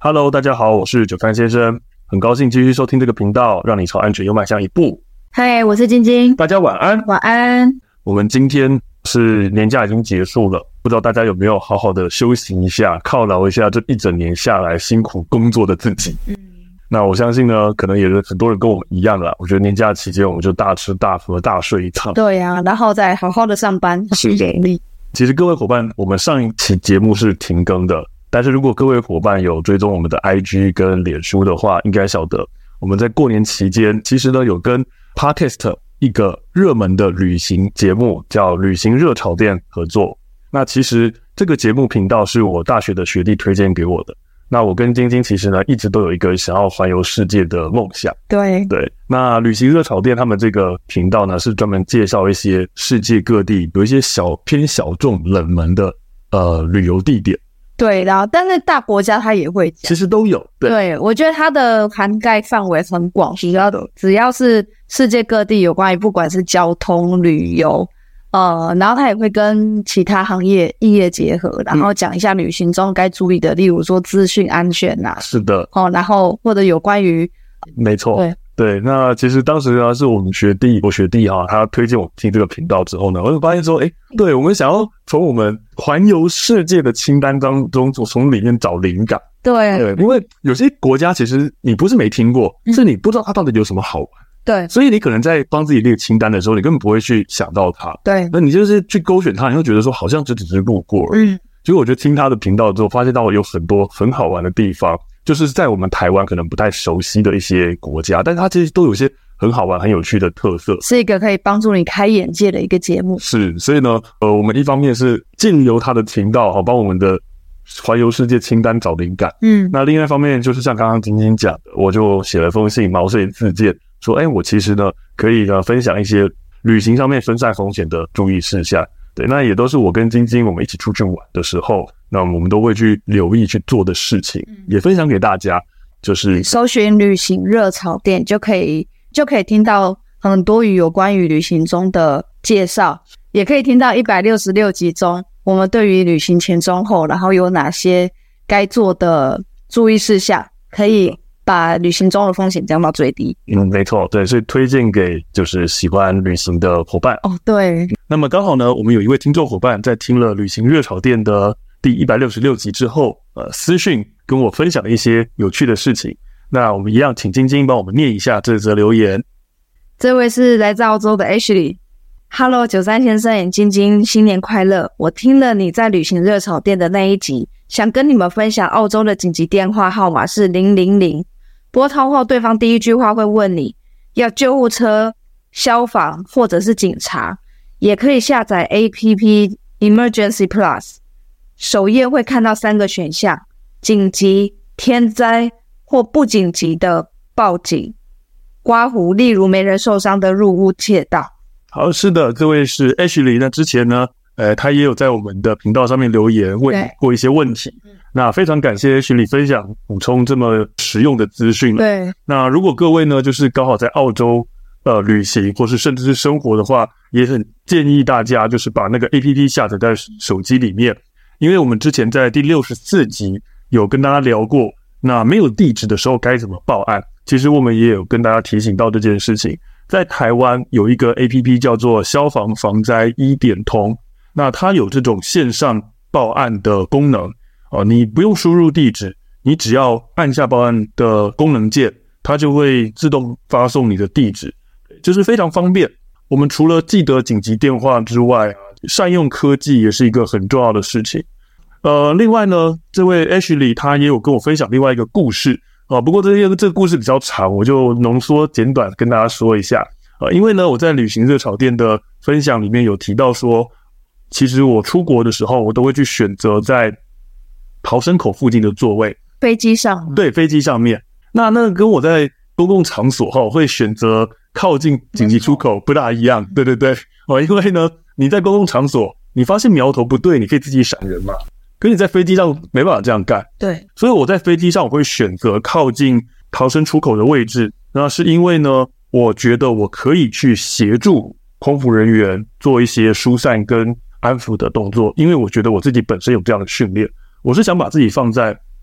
Hello， 大家好，我是九三先生，很高兴继续收听这个频道，让你朝安全又迈向一步。 嗨，我是晶晶， 大家晚安。 晚安。 我们今天是年假已经结束了，不知道大家有没有好好的休息一下，犒劳一下这一整年下来辛苦工作的自己。那我相信呢，可能也是很多人跟我们一样啦。我觉得年假期间我们就大吃大喝大睡一场。 对啊，然后再好好的上班，是给力。 其实各位伙伴，我们上一期节目是停更的，但是如果各位伙伴有追踪我们的 IG 跟脸书的话，应该晓得我们在过年期间其实呢有跟 Podcast 一个热门的旅行节目叫旅行热炒店合作。那其实这个节目频道是我大学的学弟推荐给我的。那我跟晶晶其实呢一直都有一个想要环游世界的梦想。 对， 那旅行热炒店他们这个频道呢是专门介绍一些世界各地有一些偏小众冷门的旅游地点。 对，然后但是大国家它也会讲， 其实都有。 对，我觉得它的涵盖范围很广，只要是世界各地有关于不管是交通旅游然后它也会跟其他行业异业结合，然后讲一下旅行中该注意的，例如说资讯安全啊， 是的， 然后或者有关于， 没错，对。那其实当时呢是我学弟他推荐我听这个频道之后呢，我就发现说，对，我们想要从我们环游世界的清单当中从里面找灵感。对，因为有些国家其实你不是没听过，是你不知道它到底有什么好玩。对，所以你可能在帮自己列清单的时候，你根本不会去想到它。对，那你就是去勾选它，你会觉得说好像只是路过而已。结果我觉得听他的频道之后，发现到有很多很好玩的地方，就是在我们台湾可能不太熟悉的一些国家，但是它其实都有些很好玩、很有趣的特色， 是一个可以帮助你开眼界的一个节目。 是，所以呢，我们一方面是借由他的频道，帮我们的环游世界清单找灵感。那另外一方面就是像刚刚晶晶讲的，我就写了封信，毛遂自荐。说我其实呢可以呢分享一些旅行上面分散风险的注意事项。对，那也都是我跟晶晶我们一起出去玩的时候，那我们都会去留意去做的事情，也分享给大家。就是搜寻旅行热炒店就可以听到很多有关于旅行中的介绍，也可以听到166集中我们对于旅行前中后然后有哪些该做的注意事项，可以把旅行中的风险降到最低。 没错，对，所以推荐给就是喜欢旅行的伙伴。 对。 那么刚好呢，我们有一位听众伙伴在听了旅行热炒店的第166集之后，私讯跟我分享了一些有趣的事情。那我们一样，请晶晶帮我们念一下这则留言。 这位是来自澳洲的 Ashley。Hello， 93先生晶晶，新年快乐！我听了你在旅行热炒店的那一集，想跟你们分享澳洲的紧急电话号码是000。拨通后，对方第一句话会问你要救护车、消防或者是警察，也可以下载 APP Emergency Plus。首页会看到3个选项：紧急、天灾或不紧急的报警。刮胡，例如没人受伤的入屋窃盗。 好，是的，这位是 Ashley。那之前呢，他也有在我们的频道上面留言问过一些问题。那非常感谢 Ashley 分享补充这么实用的资讯。 对， 那如果各位呢就是刚好在澳洲旅行或是甚至是生活的话，也很建议大家就是把那个 APP 下载在手机里面，因为我们之前在第64集有跟大家聊过，那没有地址的时候该怎么报案。其实我们也有跟大家提醒到这件事情，在台湾有一个 APP 叫做消防防灾1点通，那它有这种线上报案的功能。你不用输入地址，你只要按下报案的功能键，它就会自动发送你的地址，就是非常方便。我们除了记得紧急电话之外，善用科技也是一个很重要的事情。另外呢，这位 Ashley 他也有跟我分享另外一个故事不过这个故事比较长，我就浓缩简短跟大家说一下。因为呢，我在旅行热炒店的分享里面有提到说，其实我出国的时候，我都会去选择在逃生口附近的座位。 飞机上？对， 飞机上面。那跟我在公共场所会选择靠近紧急出口不大一样。对，因为呢，你在公共场所，你发现苗头不对，你可以自己闪人嘛。可是你在飞机上没办法这样干。对，所以我在飞机上我会选择靠近逃生出口的位置。那是因为呢，我觉得我可以去协助空服人员做一些疏散跟安抚的动作，因为我觉得我自己本身有这样的训练。我是想把自己放在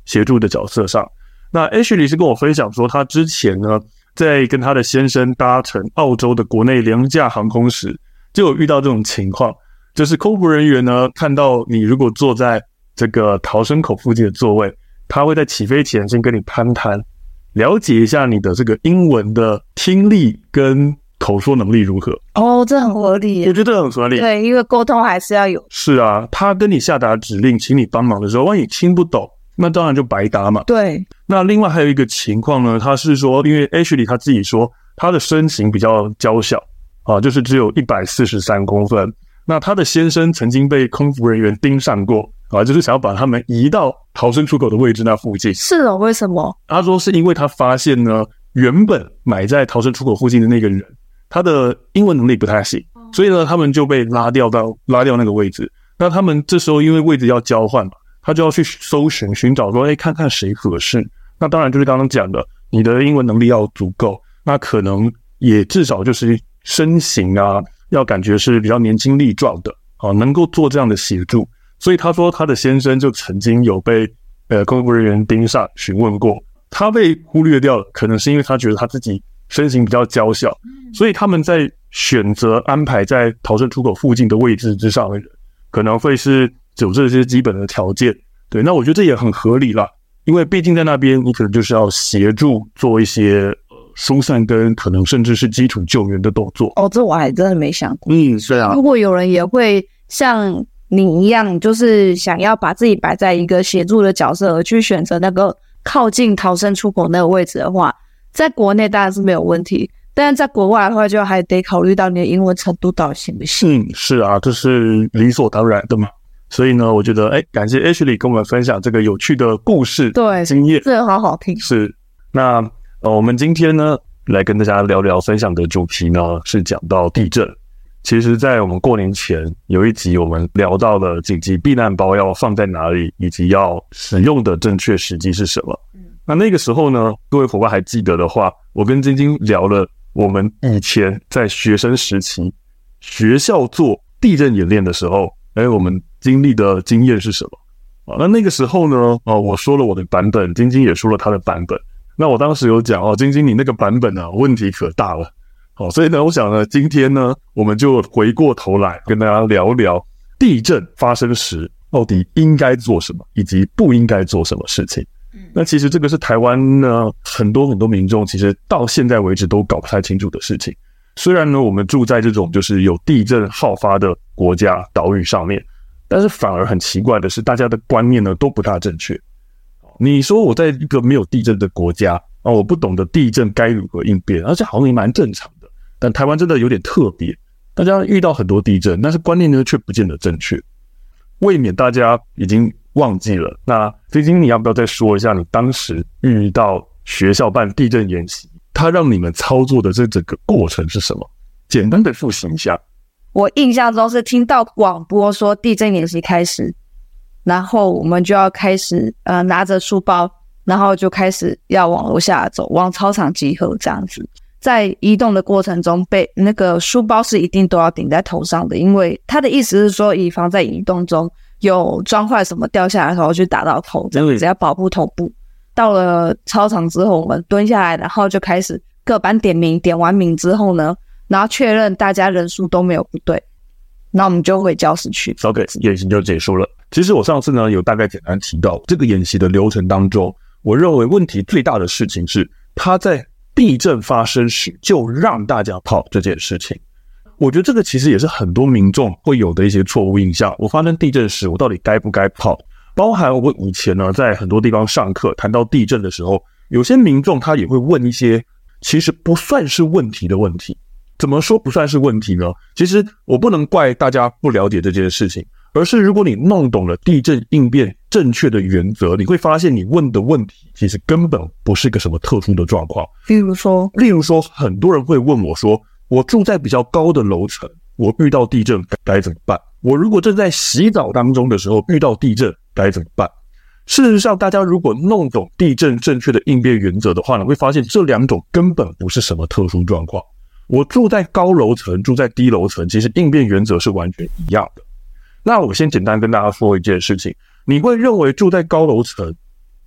协助的角色上。那 Ashley 是跟我分享说，他之前呢在跟他的先生搭乘澳洲的国内廉价航空时，就有遇到这种情况，就是空服人员呢看到你如果坐在这个逃生口附近的座位，他会在起飞前先跟你攀谈，了解一下你的这个英文的听力跟口说能力如何。 哦，这很合理耶。 我觉得很合理。 对，因为沟通还是要有。 是啊，他跟你下达指令请你帮忙的时候，万一听不懂，那当然就白搭嘛。 对。 那另外还有一个情况呢，他是说，因为 Ashley 他自己说他的身形比较娇小啊，就是只有143公分。那他的先生曾经被空服人员盯上过啊，就是想要把他们移到逃生出口的位置那附近。 是哦，为什么？ 他说是因为他发现呢，原本埋在逃生出口附近的那个人，他的英文能力不太行，所以呢，他们就被拉掉那个位置。那他们这时候因为位置要交换嘛，他就要去寻找说，看看谁合适。那当然就是刚刚讲的，你的英文能力要足够，那可能也至少就是身形啊，要感觉是比较年轻力壮的啊，能够做这样的协助。所以他说他的先生就曾经有被空服人员盯上询问过，他被忽略掉了，可能是因为他觉得他自己身形比较娇小，所以他们在选择安排在逃生出口附近的位置之上的人，可能会是有这些基本的条件。对，那我觉得这也很合理啦，因为毕竟在那边你可能就是要协助做一些疏散跟可能甚至是基础救援的动作。 哦，这我还真的没想过。 是啊。 如果有人也会像你一样，就是想要把自己摆在一个协助的角色，而去选择那个靠近逃生出口那个位置的话，在国内当然是没有问题，但是在国外的话，就还得考虑到你的英文程度到底行不行。 是啊，这是理所当然的嘛。所以呢，我觉得感谢 Ashley 跟我们分享这个有趣的故事，对，经验， 这好好听。 是，那我们今天呢来跟大家聊聊分享的主题呢是讲到地震。其实在我们过年前有一集我们聊到了紧急避难包要放在哪里，以及要使用的正确时机是什么。那个时候呢，各位伙伴还记得的话，我跟晶晶聊了我们以前在学生时期学校做地震演练的时候，我们经历的经验是什么。那个时候呢，我说了我的版本，晶晶也说了她的版本。那我当时有讲晶晶你那个版本啊问题可大了。所以呢，我想呢，今天呢，我们就回过头来跟大家聊聊地震发生时到底应该做什么，以及不应该做什么事情。那其实这个是台湾呢很多民众其实到现在为止都搞不太清楚的事情。虽然呢，我们住在这种就是有地震好发的国家岛屿上面，但是反而很奇怪的是，大家的观念呢都不大正确。你说我在一个没有地震的国家我不懂得地震该如何应变，而且好像也蛮正常的。但台湾真的有点特别，大家遇到很多地震，但是观念呢却不见得正确。未免大家已经忘记了，那晶晶你要不要再说一下你当时遇到学校办地震演习，它让你们操作的这整个过程是什么？简单的复习一下。 我印象中是听到广播说地震演习开始，然后我们就要开始拿着书包，然后就开始要往楼下走，往操场集合这样子。在移动的过程中，被那个书包是一定都要顶在头上的，因为他的意思是说，以防在移动中有砖块什么掉下来的时候去打到头，这样子要保护头部。到了操场之后，我们蹲下来，然后就开始各班点名，点完名之后呢，然后确认大家人数都没有不对，那我们就回教室去。 OK， 演习就结束了。其实我上次呢有大概简单提到，这个演习的流程当中，我认为问题最大的事情是他在地震发生时就让大家跑这件事情。我觉得这个其实也是很多民众会有的一些错误印象。我发生地震时我到底该不该跑，包含我以前呢在很多地方上课谈到地震的时候，有些民众他也会问一些其实不算是问题的问题。怎么说不算是问题呢？其实我不能怪大家不了解这件事情，而是如果你弄懂了地震应变正确的原则，你会发现你问的问题其实根本不是个什么特殊的状况。例如说很多人会问我说，我住在比较高的楼层，我遇到地震该怎么办？我如果正在洗澡当中的时候遇到地震该怎么办？事实上，大家如果弄懂地震正确的应变原则的话呢，会发现这两种根本不是什么特殊状况。我住在高楼层，住在低楼层，其实应变原则是完全一样的。那我先简单跟大家说一件事情，你会认为住在高楼层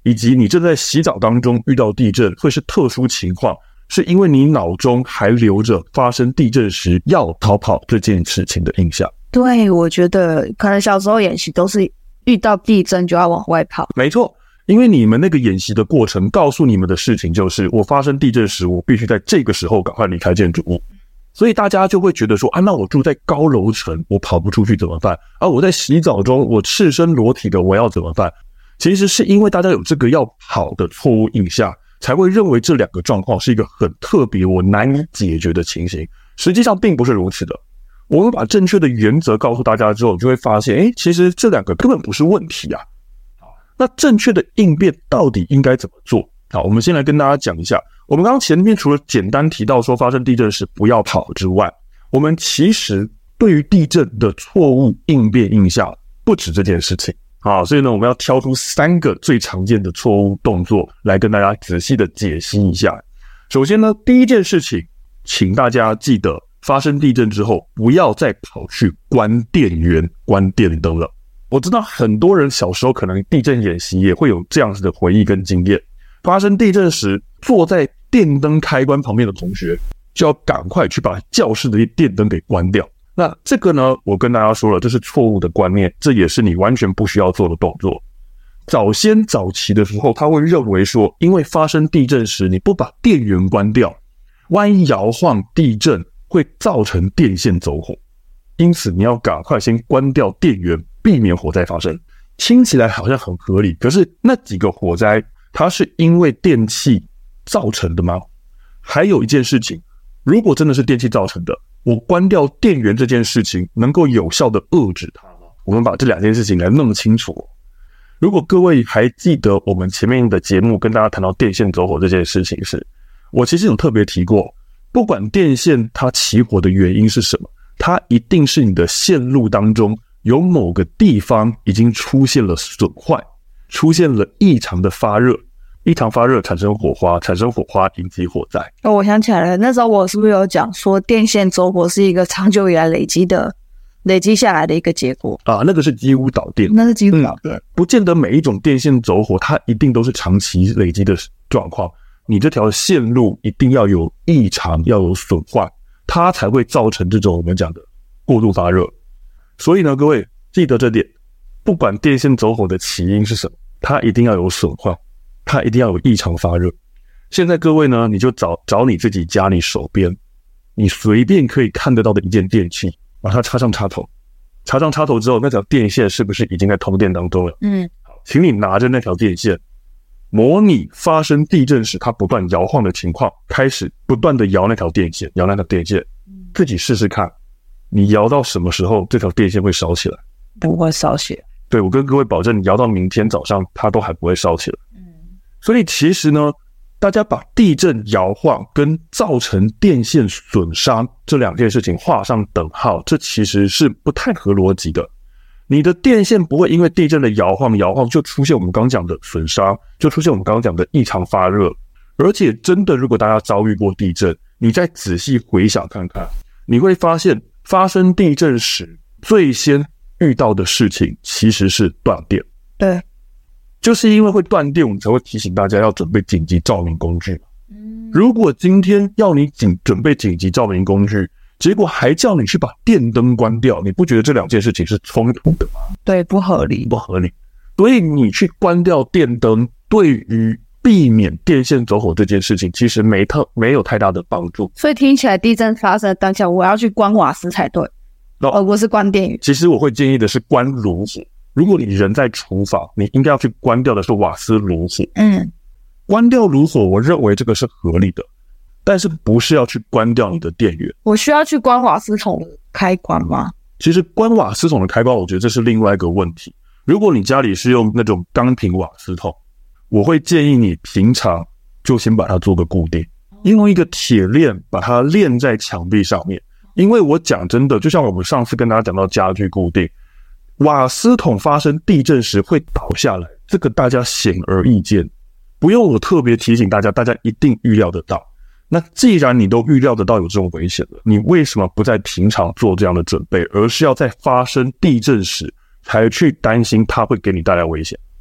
以及你正在洗澡当中遇到地震会是特殊情况，是因为你脑中还留着发生地震时要逃跑这件事情的印象。 对，我觉得可能小时候演习都是遇到地震就要往外跑。 没错，因为你们那个演习的过程告诉你们的事情就是，我发生地震时，我必须在这个时候赶快离开建筑物。所以大家就会觉得说，那我住在高楼层，我跑不出去怎么办？我在洗澡中，我赤身裸体的，我要怎么办？其实是因为大家有这个要跑的错误印象，才会认为这两个状况是一个很特别、我难以解决的情形。实际上并不是如此的。我们把正确的原则告诉大家之后，就会发现，其实这两个根本不是问题啊。那正确的应变到底应该怎么做？好，我们先来跟大家讲一下。我们刚刚前面除了简单提到说发生地震时不要跑之外，我们其实对于地震的错误应变印象不止这件事情。好，所以呢，我们要挑出3个最常见的错误动作来跟大家仔细的解析一下。首先呢，第一件事情，请大家记得发生地震之后不要再跑去关电源、关电灯了。我知道很多人小时候可能地震演习也会有这样子的回忆跟经验，发生地震时坐在电灯开关旁边的同学就要赶快去把教室的电灯给关掉。那这个呢，我跟大家说了，这是错误的观念，这也是你完全不需要做的动作。早期的时候，他会认为说，因为发生地震时你不把电源关掉，万一摇晃地震会造成电线走火，因此你要赶快先关掉电源，避免火灾发生。听起来好像很合理，可是那几个火灾它是因为电器造成的吗？还有一件事情，如果真的是电器造成的，我关掉电源这件事情能够有效的遏制它吗？我们把这2件事情来弄清楚。如果各位还记得我们前面的节目跟大家谈到电线走火这件事情时，我其实有特别提过，不管电线它起火的原因是什么，它一定是你的线路当中有某个地方已经出现了损坏，出现了异常的发热，异常发热产生火花，产生火花引起火灾。 我想起来了，那时候我是不是有讲说电线走火是一个长久以来累积下来的一个结果那个是几乎导电， 那是几乎导电， 不见得每一种电线走火它一定都是长期累积的状况，你这条线路一定要有异常，要有损坏，它才会造成这种我们讲的过度发热。所以呢，各位记得这点，不管电线走火的起因是什么，它一定要有损坏，它一定要有异常发热。现在各位呢，你就找你自己家里手边你随便可以看得到的一件电器，把它插上插头，插上插头之后，那条电线是不是已经在通电当中了？好，请你拿着那条电线，模拟发生地震时它不断摇晃的情况，开始不断的摇那条电线，自己试试看，你摇到什么时候这条电线会烧起来？ 不会烧起来。 对，我跟各位保证，你摇到明天早上它都还不会烧起来。所以其实呢，大家把地震摇晃跟造成电线损伤这2件事情画上等号，这其实是不太合逻辑的。你的电线不会因为地震的摇晃就出现我们刚讲的损伤，就出现我们刚刚讲的异常发热。而且真的，如果大家遭遇过地震，你再仔细回想看看，你会发现发生地震时最先遇到的事情其实是断电。 对， 就是因为会断电，我们才会提醒大家要准备紧急照明工具。如果今天要你准备紧急照明工具，结果还叫你去把电灯关掉，你不觉得这2件事情是冲突的吗？ 对，不合理。 所以你去关掉电灯，对于避免电线走火这件事情，其实没有太大的帮助。 所以听起来地震发生的当下，我要去关瓦斯才对，而不是关电源。 其实我会建议的是关炉火。如果你人在厨房，你应该要去关掉的是瓦斯炉火。关掉炉火，我认为这个是合理的，但是不是要去关掉你的电源。 我需要去关瓦斯桶的开关吗？ 其实关瓦斯桶的开关，我觉得这是另外一个问题。如果你家里是用那种钢瓶瓦斯桶，我会建议你平常就先把它做个固定，用一个铁链把它链在墙壁上面。因为我讲真的，就像我们上次跟大家讲到家具固定，瓦斯桶发生地震时会倒下来，这个大家显而易见，不用我特别提醒大家，大家一定预料得到。那既然你都预料得到有这种危险了，你为什么不在平常做这样的准备，而是要在发生地震时才去担心它会给你带来危险？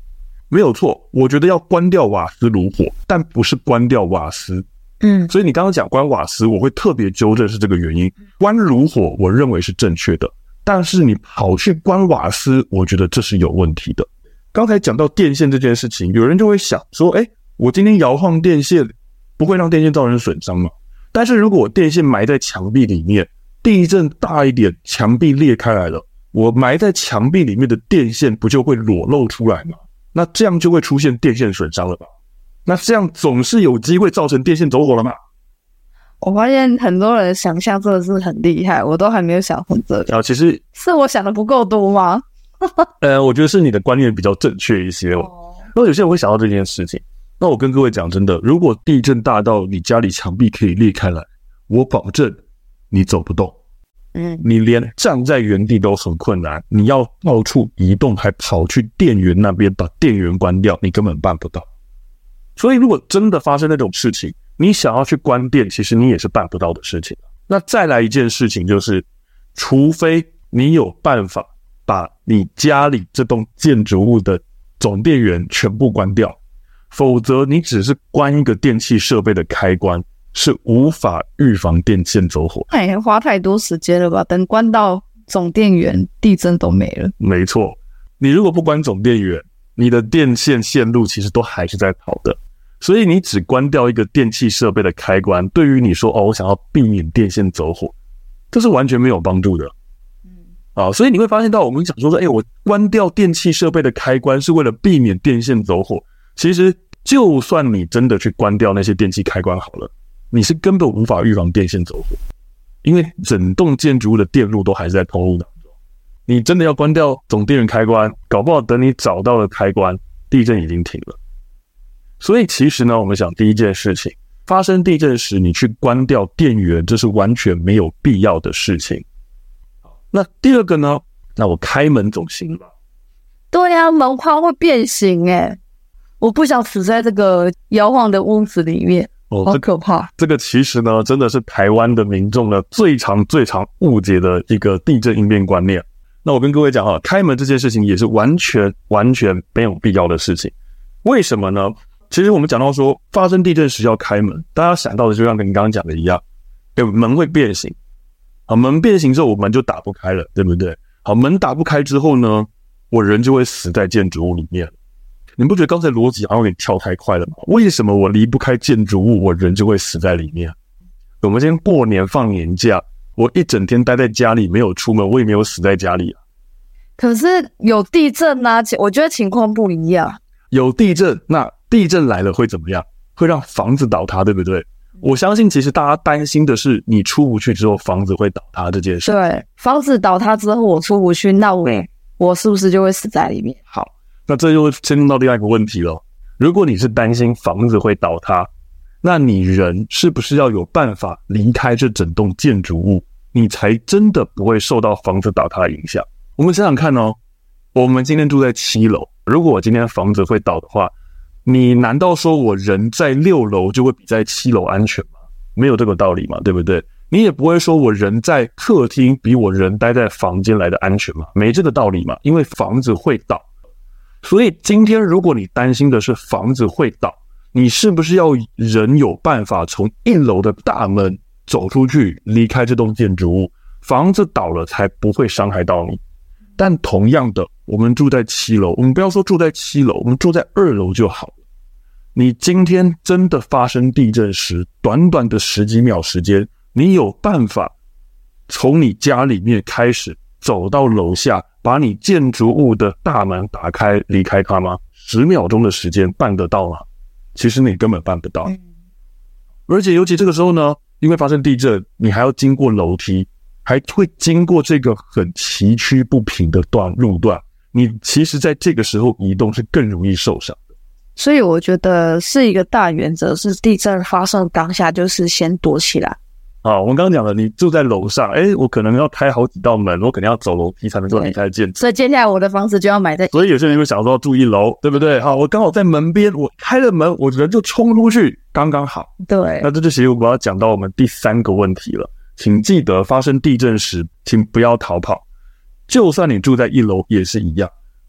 没有错，我觉得要关掉瓦斯炉火，但不是关掉瓦斯。所以你刚刚讲关瓦斯，我会特别纠正是这个原因。关炉火，我认为是正确的，但是你跑去关瓦斯，我觉得这是有问题的。刚才讲到电线这件事情，有人就会想说，我今天摇晃电线，不会让电线造成损伤吗？但是如果我电线埋在墙壁里面，地震大一点，墙壁裂开来了，我埋在墙壁里面的电线不就会裸露出来吗？那这样就会出现电线损伤了吧？那这样总是有机会造成电线走火了嘛？ 我发现很多人想象真的是很厉害，我都还没有想成这个。 其实是我想的不够多吗？ 我觉得是你的观念比较正确一些。那有些人会想到这件事情。那我跟各位讲真的，如果地震大到你家里墙壁可以裂开来，我保证你走不动。你连站在原地都很困难，你要到处移动，还跑去电源那边把电源关掉，你根本办不到。所以如果真的发生那种事情，你想要去关电，其实你也是办不到的事情。那再来一件事情就是，除非你有办法把你家里这栋建筑物的总电源全部关掉，否则你只是关一个电器设备的开关，是无法预防电线走火。 花太多时间了吧？等关到总电源，地震都没了。 没错，你如果不关总电源，你的电线线路其实都还是在跑的。所以你只关掉一个电器设备的开关，对于你说我想要避免电线走火，这是完全没有帮助的。所以你会发现到我们讲说我关掉电器设备的开关是为了避免电线走火，其实就算你真的去关掉那些电器开关好了，你是根本无法预防电线走火，因为整栋建筑物的电路都还是在通路当中。你真的要关掉总电源开关，搞不好等你找到了开关，地震已经停了。所以其实呢，我们想第一件事情，发生地震时你去关掉电源，这是完全没有必要的事情。那第二个呢，那我开门总行吧？ 对啊，门框会变形我不想死在这个摇晃的屋子里面，好可怕。 这个其实呢，真的是台湾的民众呢最常误解的一个地震应变观念。那我跟各位讲开门这件事情也是完全没有必要的事情。为什么呢？其实我们讲到说发生地震时要开门，大家想到的就像跟你刚刚讲的一样，门会变形。门变形之后我门就打不开了，对不对？门打不开之后呢，我人就会死在建筑物里面。你不觉得刚才逻辑好像有点跳太快了吗？为什么我离不开建筑物，我人就会死在里面？我们今天过年放年假，我一整天待在家里没有出门，我也没有死在家里啊。 可是有地震啊，我觉得情况不一样。 有地震，那地震来了会怎么样？会让房子倒塌，对不对？我相信其实大家担心的是你出不去之后房子会倒塌这件事。 对，房子倒塌之后我出不去，那我是不是就会死在里面？ 好，那这就牵动到另外一个问题了。如果你是担心房子会倒塌，那你人是不是要有办法离开这整栋建筑物，你才真的不会受到房子倒塌的影响？我们想想看我们今天住在7楼，如果我今天房子会倒的话，你难道说我人在6楼就会比在7楼安全吗？没有这个道理嘛，对不对？你也不会说我人在客厅比我人待在房间来的安全嘛，没这个道理嘛，因为房子会倒。所以今天如果你担心的是房子会倒，你是不是要人有办法从1楼的大门走出去，离开这栋建筑物，房子倒了才不会伤害到你。但同样的，我们住在7楼，我们不要说住在7楼，我们住在2楼就好了。你今天真的发生地震时，短短的10几秒时间，你有办法从你家里面开始走到楼下，把你建筑物的大门打开，离开它吗？10秒钟的时间办得到吗？其实你根本办不到。而且尤其这个时候呢，因为发生地震，你还要经过楼梯，还会经过这个很崎岖不平的路段，你其实在这个时候移动是更容易受伤的。 所以我觉得是一个大原则，是地震发生当下就是先躲起来。 我们刚刚讲了，你住在楼上，我可能要开好几道门，我可能要走楼梯才能够离开建筑。 所以接下来我的房子就要买在， 所以有些人会想说住1楼，对不对？好，我刚好在门边，我开了门，我人就冲出去，刚刚好。 对， 那这就其实我要讲到我们第3个问题了。请记得，发生地震时，请不要逃跑。就算你住在1楼也是一样。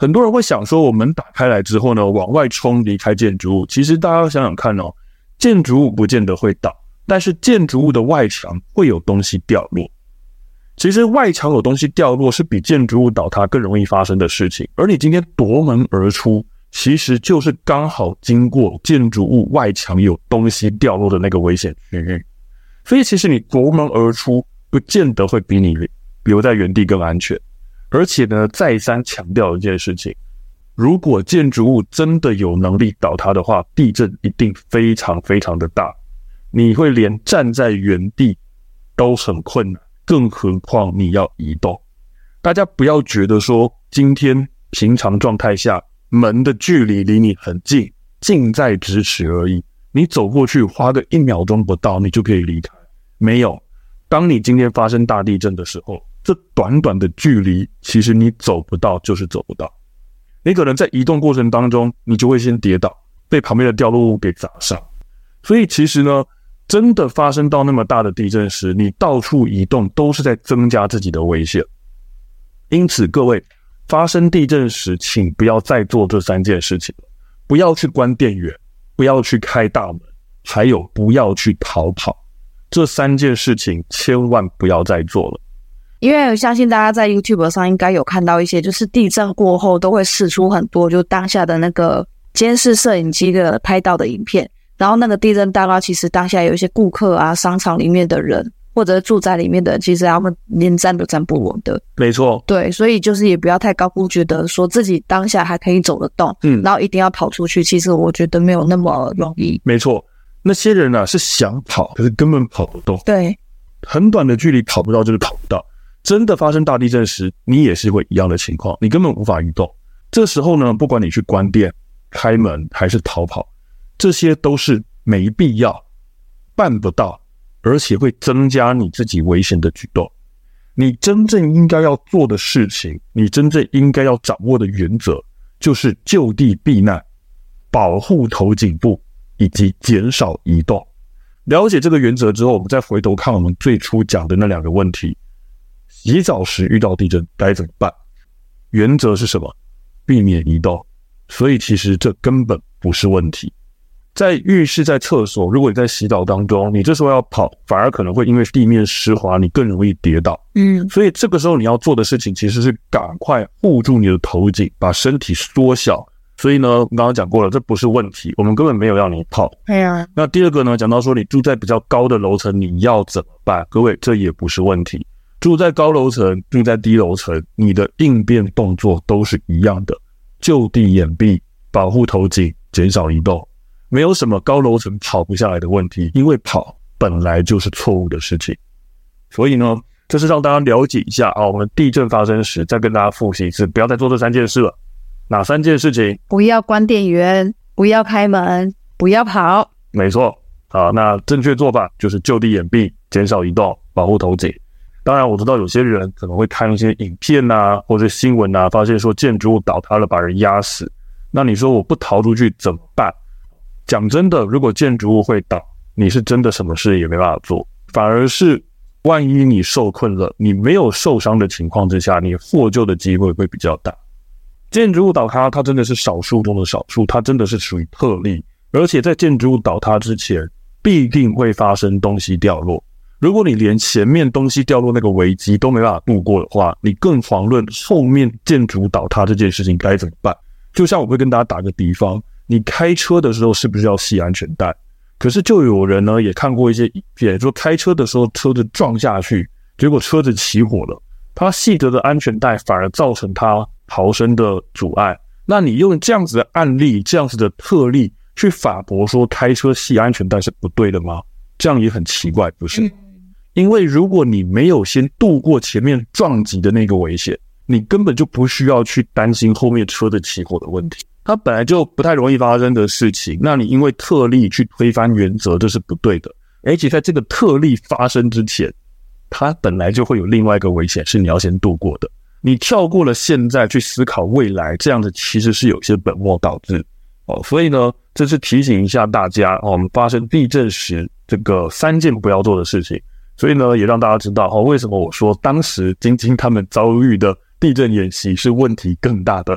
很多人会想说，我门打开来之后呢，往外冲离开建筑物。其实大家想想看哦，建筑物不见得会倒，但是建筑物的外墙会有东西掉落。其实外墙有东西掉落是比建筑物倒塌更容易发生的事情，而你今天夺门而出，其实就是刚好经过建筑物外墙有东西掉落的那个危险区域。所以其实你夺门而出不见得会比你留在原地更安全。而且呢，再三强调一件事情，如果建筑物真的有能力倒塌的话，地震一定非常非常的大，你会连站在原地都很困难，更何况你要移动。大家不要觉得说今天平常状态下门的距离离你很近，近在咫尺而已，你走过去花个1秒钟不到你就可以离开。没有，当你今天发生大地震的时候，这短短的距离其实你走不到就是走不到。你可能在移动过程当中你就会先跌倒，被旁边的掉落物给砸伤。所以其实呢，真的发生到那么大的地震时，你到处移动都是在增加自己的危险。因此各位，发生地震时请不要再做这3件事情了，不要去关电源，不要去开大门，还有不要去逃跑。这3件事情千万不要再做了。 因为我相信大家在 YouTube 上应该有看到一些，就是地震过后都会释出很多就当下的那个监视摄影机的拍到的影片，然后那个地震大到其实当下有一些顾客啊，商场里面的人或者住宅里面的人，其实他们连站都站不稳的。 没错， 对，所以就是也不要太高估，觉得说自己当下还可以走得动，然后一定要跑出去，其实我觉得没有那么容易。 没错，那些人啊是想跑，可是根本跑不动。 对， 很短的距离跑不到就是跑不到。真的发生大地震时，你也是会一样的情况，你根本无法移动。这时候呢，不管你去关电、开门还是逃跑，这些都是没必要、办不到，而且会增加你自己危险的举动。你真正应该要做的事情，你真正应该要掌握的原则，就是就地避难、保护头颈部以及减少移动。了解这个原则之后，我们再回头看我们最初讲的那2个问题。洗澡时遇到地震该怎么办？原则是什么？避免移动。所以其实这根本不是问题。在浴室、在厕所，如果你在洗澡当中，你这时候要跑，反而可能会因为地面湿滑，你更容易跌倒。所以这个时候你要做的事情其实是赶快护住你的头颈，把身体缩小。所以呢，我刚刚讲过了，这不是问题，我们根本没有要你跑。那第二个呢，讲到说你住在比较高的楼层，你要怎么办？各位，这也不是问题。住在高楼层，住在低楼层，你的应变动作都是一样的，就地掩蔽，保护头颈，减少移动。没有什么高楼层跑不下来的问题，因为跑本来就是错误的事情。所以呢，这是让大家了解一下我们地震发生时，再跟大家复习一次，不要再做这3件事了。哪3件事情？ 不要关电源，不要开门，不要跑。 没错。那正确做法就是就地掩蔽，减少移动，保护头颈。当然我知道有些人可能会看一些影片啊，或者新闻啊，发现说建筑物倒塌了，把人压死。那你说我不逃出去怎么办？讲真的，如果建筑物会倒，你是真的什么事也没办法做，反而是万一你受困了，你没有受伤的情况之下，你获救的机会会比较大。建筑物倒塌它真的是少数中的少数，它真的是属于特例，而且在建筑物倒塌之前必定会发生东西掉落。如果你连前面东西掉落那个危机都没办法度过的话，你更遑论后面建筑倒塌这件事情该怎么办。就像我会跟大家打个比方，你开车的时候是不是要系安全带？可是就有人呢也看过一些影片，说开车的时候车子撞下去，结果车子起火了，他系着的安全带反而造成他逃生的阻碍。那你用这样子的案例，这样子的特例去反驳说开车系安全带是不对的吗？这样也很奇怪，不是？因为如果你没有先度过前面撞击的那个危险，你根本就不需要去担心后面车子起火的问题。它本来就不太容易发生的事情，那你因为特例去推翻原则，这是不对的。而且在这个特例发生之前，它本来就会有另外一个危险是你要先度过的。你跳过了现在去思考未来，这样子其实是有些本末倒置。所以呢，这是提醒一下大家我们发生地震时这个3件不要做的事情。所以呢，也让大家知道为什么我说当时晶晶他们遭遇的地震演习是问题更大的。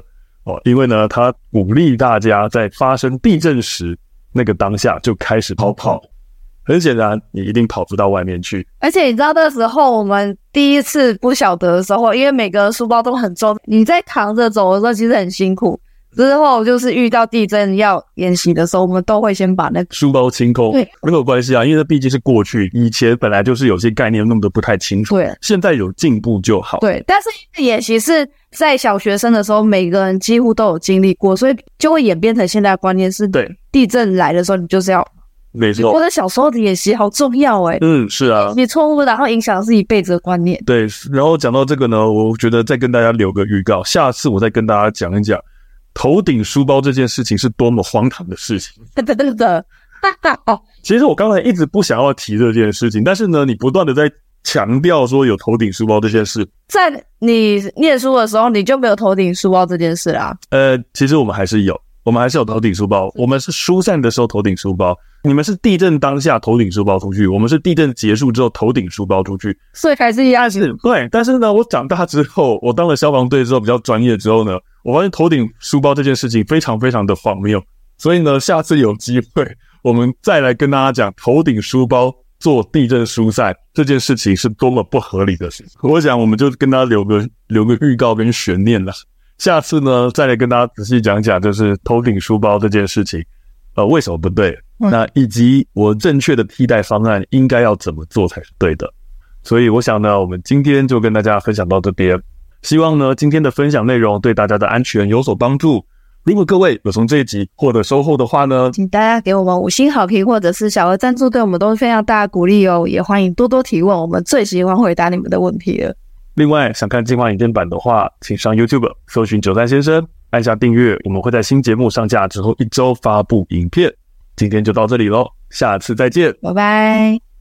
因为呢，他鼓励大家在发生地震时那个当下就开始逃跑。很显然，你一定跑不到外面去。 而且你知道那时候我们第一次不晓得的时候，因为每个人书包都很重，你在扛着走的时候其实很辛苦。之后就是遇到地震要演习的时候，我们都会先把那个书包清空。 对， 没有关系啊，因为这毕竟是过去，以前本来就是有些概念弄得不太清楚， 对， 现在有进步就好。 对，但是演习是在小学生的时候，每个人几乎都有经历过，所以就会演变成现在的观念是， 对， 地震来的时候你就是要。 没错， 我的小时候的演习好重要是啊， 你错误然后影响是一辈子的观念。 对，然后讲到这个呢，我觉得再跟大家留个预告，下次我再跟大家讲一讲头顶书包这件事情是多么荒唐的事情。 真的其实我刚才一直不想要提这件事情，但是呢，你不断的在强调说有头顶书包这件事， 在你念书的时候你就没有头顶书包这件事啦。 其实我们还是有头顶书包，我们是疏散的时候头顶书包，你们是地震当下头顶书包出去，我们是地震结束之后头顶书包出去， 所以还是一样是对。但是呢，我长大之后，我当了消防队之后比较专业之后呢，我发现头顶书包这件事情非常非常的荒谬，所以呢，下次有机会我们再来跟大家讲头顶书包做地震疏散这件事情是多么不合理的事情。我想我们就跟大家留个预告跟悬念了。下次呢，再来跟大家仔细讲讲，就是头顶书包这件事情，为什么不对？那以及我正确的替代方案应该要怎么做才是对的。所以我想呢，我们今天就跟大家分享到这边。希望呢，今天的分享内容对大家的安全有所帮助。如果各位有从这一集获得收获的话呢， 请大家给我们5星好评或者是小额赞助，对我们都是非常大的鼓励哦。也欢迎多多提问，我们最喜欢回答你们的问题了。 另外，想看精华影片版的话，请上 YouTube 搜寻93先生，按下订阅，我们会在新节目上架之后1周发布影片。今天就到这里咯，下次再见， 拜拜。